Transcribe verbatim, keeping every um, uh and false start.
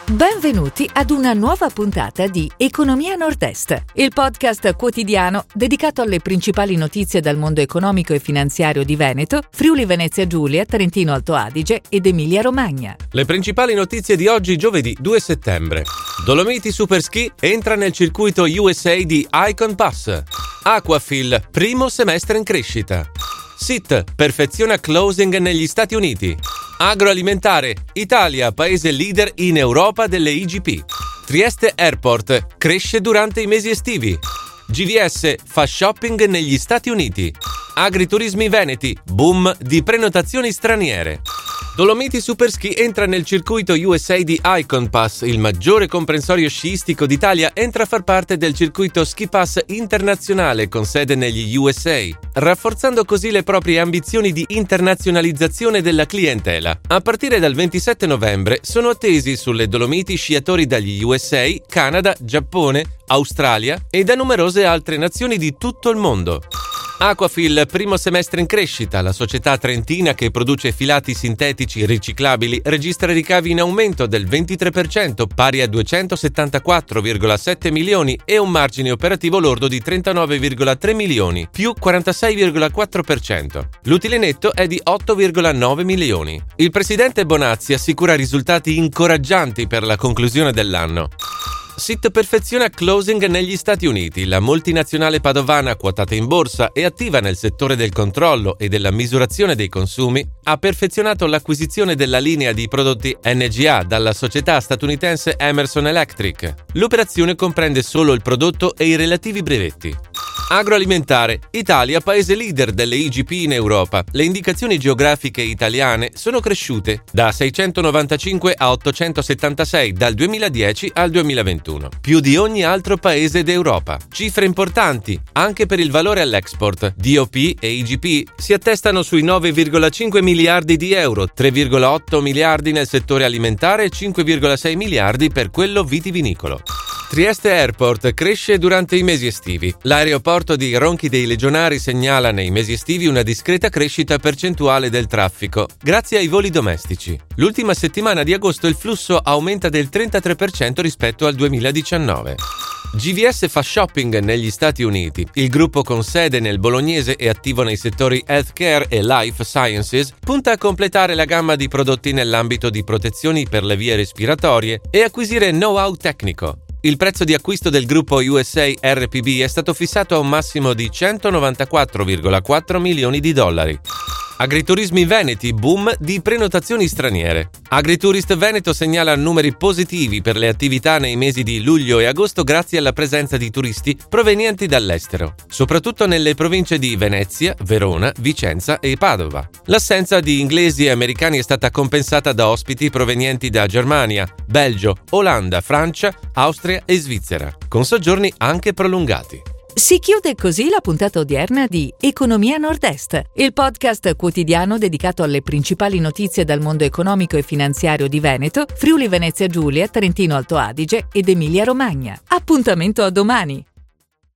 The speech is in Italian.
Benvenuti ad una nuova puntata di Economia Nord-Est, il podcast quotidiano dedicato alle principali notizie dal mondo economico e finanziario di Veneto, Friuli Venezia Giulia, Trentino Alto Adige ed Emilia Romagna. Le principali notizie di oggi, giovedì due settembre. Dolomiti Superski entra nel circuito U S A di Icon Pass. Aquafil, primo semestre in crescita. S I T, perfeziona closing negli Stati Uniti. Agroalimentare, Italia, paese leader in Europa delle I G P. Trieste Airport, cresce durante i mesi estivi. G V S, fa shopping negli Stati Uniti. Agriturismi Veneti, boom di prenotazioni straniere. Dolomiti Superski entra nel circuito U S A di Icon Pass, il maggiore comprensorio sciistico d'Italia entra a far parte del circuito Ski Pass internazionale con sede negli U S A, rafforzando così le proprie ambizioni di internazionalizzazione della clientela. A partire dal ventisette novembre sono attesi sulle Dolomiti sciatori dagli U S A, Canada, Giappone, Australia e da numerose altre nazioni di tutto il mondo. Aquafil, primo semestre in crescita. La società trentina che produce filati sintetici riciclabili registra ricavi in aumento del ventitré per cento, pari a duecentosettantaquattro virgola sette milioni e un margine operativo lordo di trentanove virgola tre milioni, più quarantasei virgola quattro per cento. L'utile netto è di otto virgola nove milioni. Il presidente Bonazzi assicura risultati incoraggianti per la conclusione dell'anno. S I T perfeziona closing negli Stati Uniti. La multinazionale padovana, quotata in borsa e attiva nel settore del controllo e della misurazione dei consumi, ha perfezionato l'acquisizione della linea di prodotti N G A dalla società statunitense Emerson Electric. L'operazione comprende solo il prodotto e i relativi brevetti. Agroalimentare, Italia, paese leader delle I G P in Europa. Le indicazioni geografiche italiane sono cresciute da seicentonovantacinque a ottocentosettantasei dal duemiladieci al duemilaventuno, più di ogni altro paese d'Europa. Cifre importanti anche per il valore all'export. D O P e I G P si attestano sui nove virgola cinque miliardi di euro, tre virgola otto miliardi nel settore alimentare e cinque virgola sei miliardi per quello vitivinicolo. Trieste Airport cresce durante i mesi estivi. L'aeroporto di Ronchi dei Legionari segnala nei mesi estivi una discreta crescita percentuale del traffico, grazie ai voli domestici. L'ultima settimana di agosto il flusso aumenta del trentatré per cento rispetto al duemiladiciannove. G V S fa shopping negli Stati Uniti. Il gruppo con sede nel bolognese e attivo nei settori healthcare e life sciences punta a completare la gamma di prodotti nell'ambito di protezioni per le vie respiratorie e acquisire know-how tecnico. Il prezzo di acquisto del gruppo U S A R P B è stato fissato a un massimo di centonovantaquattro virgola quattro milioni di dollari. Agriturismi Veneti, boom di prenotazioni straniere. Agriturist Veneto segnala numeri positivi per le attività nei mesi di luglio e agosto grazie alla presenza di turisti provenienti dall'estero, soprattutto nelle province di Venezia, Verona, Vicenza e Padova. L'assenza di inglesi e americani è stata compensata da ospiti provenienti da Germania, Belgio, Olanda, Francia, Austria e Svizzera, con soggiorni anche prolungati. Si chiude così la puntata odierna di Economia Nord-Est, il podcast quotidiano dedicato alle principali notizie dal mondo economico e finanziario di Veneto, Friuli Venezia Giulia, Trentino Alto Adige ed Emilia Romagna. Appuntamento a domani!